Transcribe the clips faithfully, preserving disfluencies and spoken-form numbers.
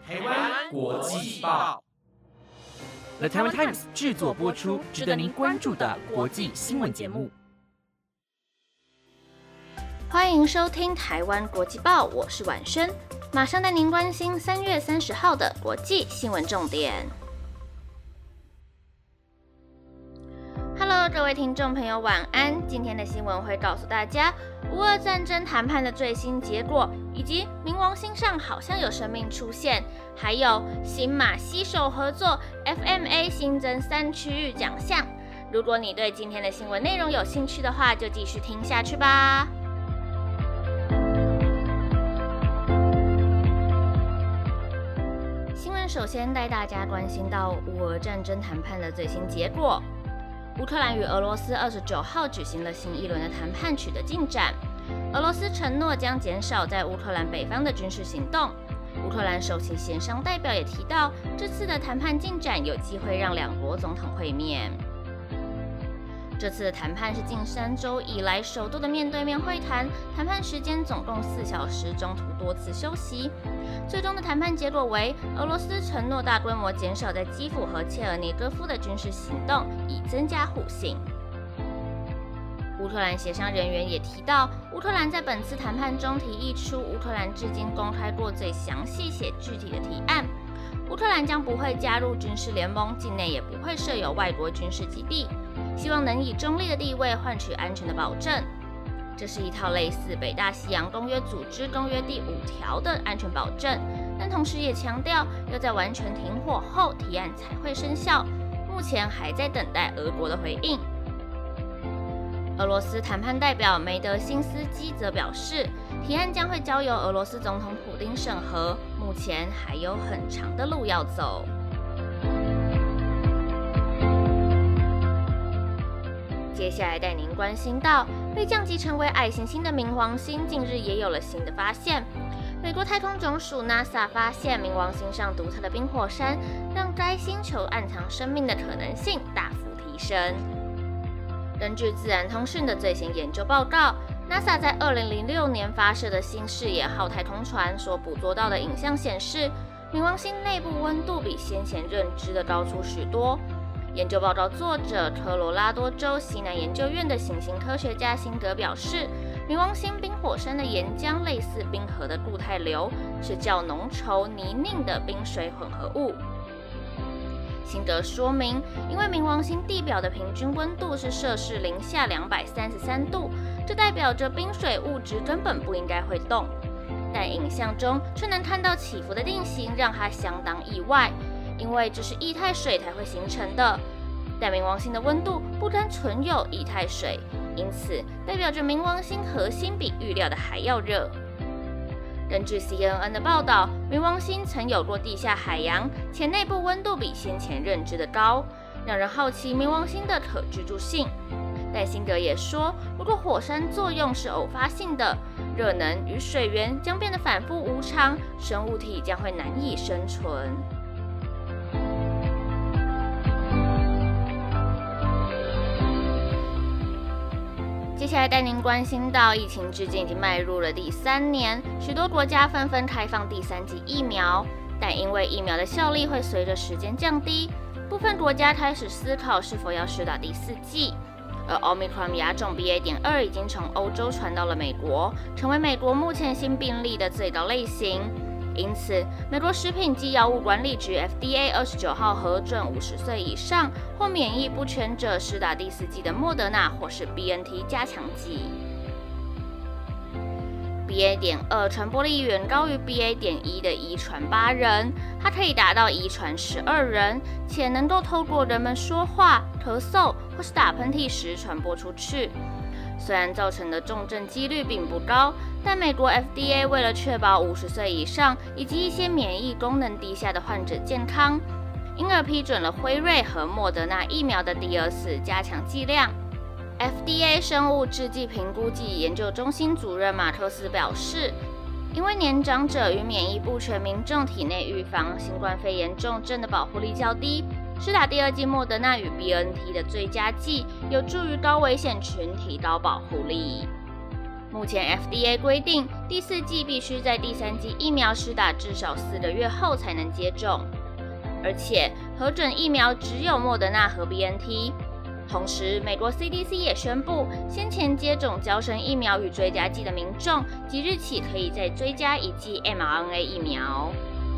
台湾国际报 The Taiwan Times 制作播出，值得您关注的国际新闻节目。 欢迎收听台湾国际报，我是婉萱，马上带您关心三月三十号的国际新闻重点。Hello， 各位听众朋友，晚安。今天的新闻会告诉大家乌俄战争谈判的最新结果，以及冥王星上好像有生命出现，还有新马携手合作 F M A 新增三区域奖项。如果你对今天的新闻内容有兴趣的话，就继续听下去吧。新闻首先带大家关心到乌俄战争谈判的最新结果。乌克兰与俄罗斯二十九号举行了新一轮的谈判，取得进展。俄罗斯承诺将减少在乌克兰北方的军事行动。乌克兰首席协商代表也提到，这次的谈判进展有机会让两国总统会面。这次的谈判是近三周以来首度的面对面会谈，谈判时间总共四小时，中途多次休息。最终的谈判结果为，俄罗斯承诺大规模减少在基辅和切尔尼戈夫的军事行动，以增加互信。乌克兰协商人员也提到，乌克兰在本次谈判中提议出乌克兰至今公开过最详细且具体的提案。乌克兰将不会加入军事联盟，境内也不会设有外国军事基地，希望能以中立的地位换取安全的保证。这是一套类似北大西洋公约组织公约第五条的安全保证，但同时也强调要在完全停火后提案才会生效，目前还在等待俄国的回应。俄罗斯谈判代表梅德辛斯基则表示，提案将会交由俄罗斯总统普丁审核，目前还有很长的路要走。接下来带您关心到，被降级成为矮行星的冥王星，近日也有了新的发现。美国太空总署 NASA 发现冥王星上独特的冰火山，让该星球暗藏生命的可能性大幅提升。根据自然通讯的最新研究报告， NASA 在二零零六年发射的新视野号太空船所捕捉到的影像显示，冥王星内部温度比先前认知的高出许多。研究报告作者科罗拉多州西南研究院的行星科学家辛格表示，冥王星冰火山的岩浆类似冰河的固态流，是较浓稠泥泞的冰水混合物。辛格说明，因为冥王星地表的平均温度是摄氏零下两百三十三度，这代表着冰水物质根本不应该会动，但影像中却能看到起伏的地形，让它相当意外。因为这是液态水才会形成的，但冥王星的温度不单纯有液态水，因此代表着冥王星核心比预料的还要热。根据 C N N 的报道，冥王星曾有过地下海洋，且内部温度比先前认知的高，让人好奇冥王星的可居住性。但辛格也说，如果火山作用是偶发性的，热能与水源将变得反复无常，生物体将会难以生存。接下来带您关心到，疫情至今已经迈入了第三年，许多国家纷纷开放第三剂疫苗，但因为疫苗的效力会随着时间降低，部分国家开始思考是否要施打第四剂。而 Omicron 亚种 B A 点二 已经从欧洲传到了美国，成为美国目前新病例的最高类型。因此，美国食品及药物管理局 F D A 二十九号核准五十岁以上或免疫不全者施打第四剂的莫德纳或是 B N T 加强剂。B A 点二 传播力远高于 B A 点一 的遗传八人，它可以达到遗传十二人，且能够透过人们说话、咳嗽或是打喷嚏时传播出去。虽然造成的重症几率并不高，但美国 F D A 为了确保五十岁以上以及一些免疫功能低下的患者健康，因而批准了辉瑞和莫德纳疫苗的第二次加强剂量。F D A 生物制剂评估暨研究中心主任马特斯表示，因为年长者与免疫不全民众体内预防新冠肺炎重症的保护力较低，施打第二剂莫德纳与 B N T 的最佳剂，有助于高危险群提高保护力。 目前 F D A 规定，第四剂必须在第三剂疫苗施打至少四个月后才能接种，而且核准疫苗只有莫德纳和 B N T。同时，美国 C D C 也宣布，先前接种嬌生疫苗与追加剂的民众，即日起可以再追加一剂 M R N A 疫苗。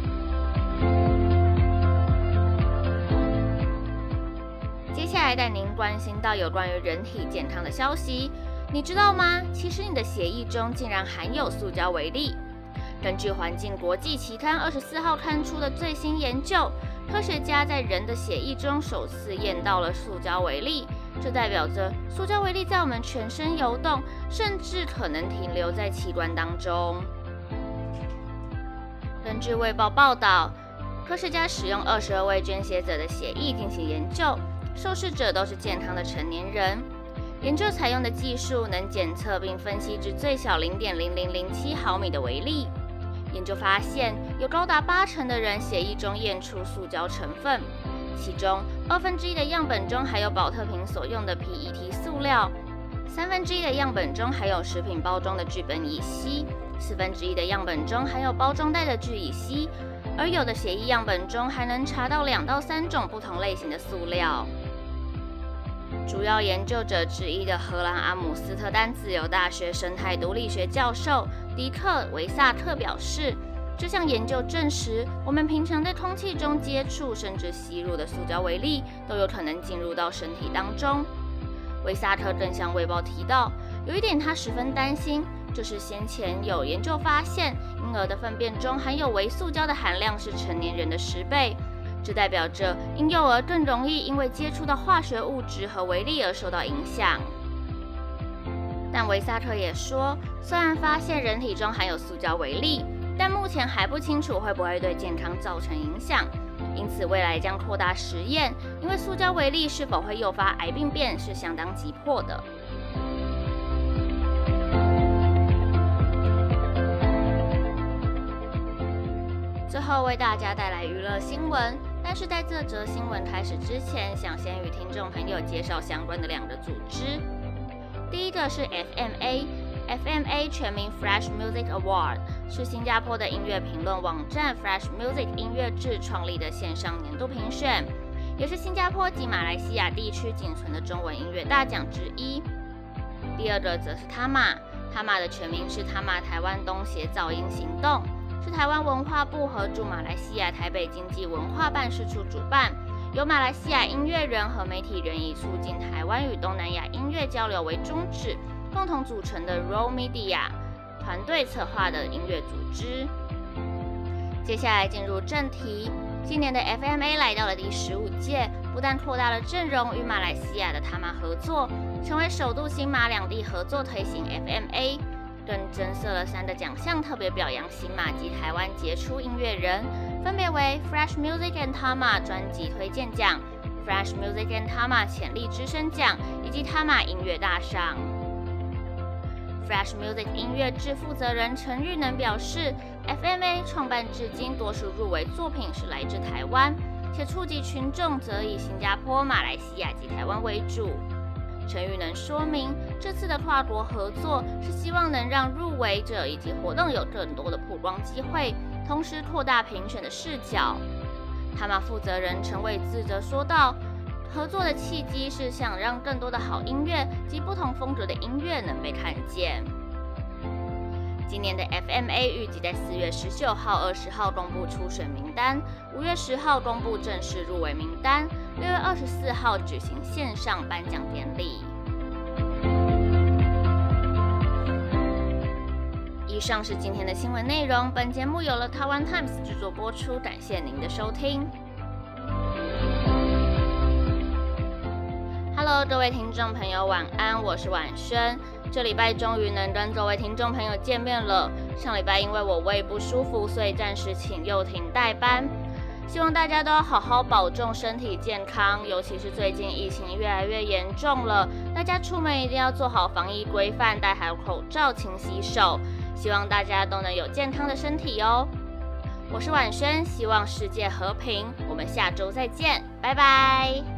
接下来带您关心到有关于人体健康的消息。你知道吗？其实你的血液中竟然含有塑胶微粒。根据环境国际期刊二十四号刊出的最新研究，科学家在人的血液中首次验到了塑胶微粒，这代表着塑胶微粒在我们全身游动，甚至可能停留在器官当中。根据卫报报道，科学家使用二十二位捐血者的血液进行研究，受试者都是健康的成年人。研究采用的技术能检测并分析至最小 零点零零零七毫米的微粒。研究发现，有高达八成的人血液中验出塑胶成分，其中二分之一的样本中含有保特瓶所用的 P E T 塑料，三分之一的样本中含有食品包装的聚苯乙烯，四分之一的样本中含有包装袋的聚乙烯，而有的血液样本中还能查到两到三种不同类型的塑料。主要研究者之一的荷兰阿姆斯特丹自由大学生态毒理学教授迪克·维萨特表示，这项研究证实，我们平常在空气中接触甚至吸入的塑胶微粒都有可能进入到身体当中。维萨特更向卫报提到，有一点他十分担心，就是先前有研究发现，婴儿的粪便中含有微塑胶的含量是成年人的十倍。这代表着婴幼儿更容易因为接触到化学物质和微粒而受到影响。但维萨特也说，虽然发现人体中含有塑胶微粒，但目前还不清楚会不会对健康造成影响，因此未来将扩大实验，因为塑胶微粒是否会诱发癌病变是相当急迫的。最后为大家带来娱乐新闻，但是在这则新闻开始之前，想先与听众朋友介绍相关的两个组织。第一个是 F M A，F M A 全名 Fresh Music Award， 是新加坡的音乐评论网站 Fresh Music 音乐志创立的线上年度评选，也是新加坡及马来西亚地区仅存的中文音乐大奖之一。第二个则是 T A M A，T A M A 的全名是 T A M A 台湾东协噪音行动，是台湾文化部和驻马来西亚台北经济文化办事处主办，由马来西亚音乐人和媒体人以促进台湾与东南亚音乐交流为宗旨，共同组成的 Raw Media 团队策划的音乐组织。接下来进入正题，今年的 F M A 来到了第十五届，不但扩大了阵容与马来西亚的 T A M A 合作，成为首度新马两地合作推行 F M A，更增设了三个奖项，特别表扬新马及台湾杰出音乐人，分别为 Fresh Music and T A M A 专辑推荐奖、Fresh Music and T A M A 潜力之声奖以及 T A M A 音乐大赏。Fresh Music 音乐志负责人陈玉能表示 ，F M A 创办至今，多数入围作品是来自台湾，且触及群众则以新加坡、马来西亚及台湾为主。陈玉能说明，这次的跨国合作是希望能让入围者以及活动有更多的曝光机会，同时扩大评选的视角。T A M A负责人陈伟自则说道，合作的契机是想让更多的好音乐及不同风格的音乐能被看见。今年的 F M A 预计在四月十九号、二十号公布初选名单，五月十号公布正式入围名单，六月二十四号举行线上颁奖典礼。以上是今天的新闻内容，本节目由了台湾 Times 制作播出，感谢您的收听。Hello， 各位听众朋友，晚安，我是婉萱。这礼拜终于能跟各位听众朋友见面了。上礼拜因为我胃不舒服，所以暂时请幼婷代班。希望大家都要好好保重身体健康，尤其是最近疫情越来越严重了，大家出门一定要做好防疫规范，戴好口罩，勤洗手。希望大家都能有健康的身体哦。我是婉萱，希望世界和平。我们下周再见，拜拜。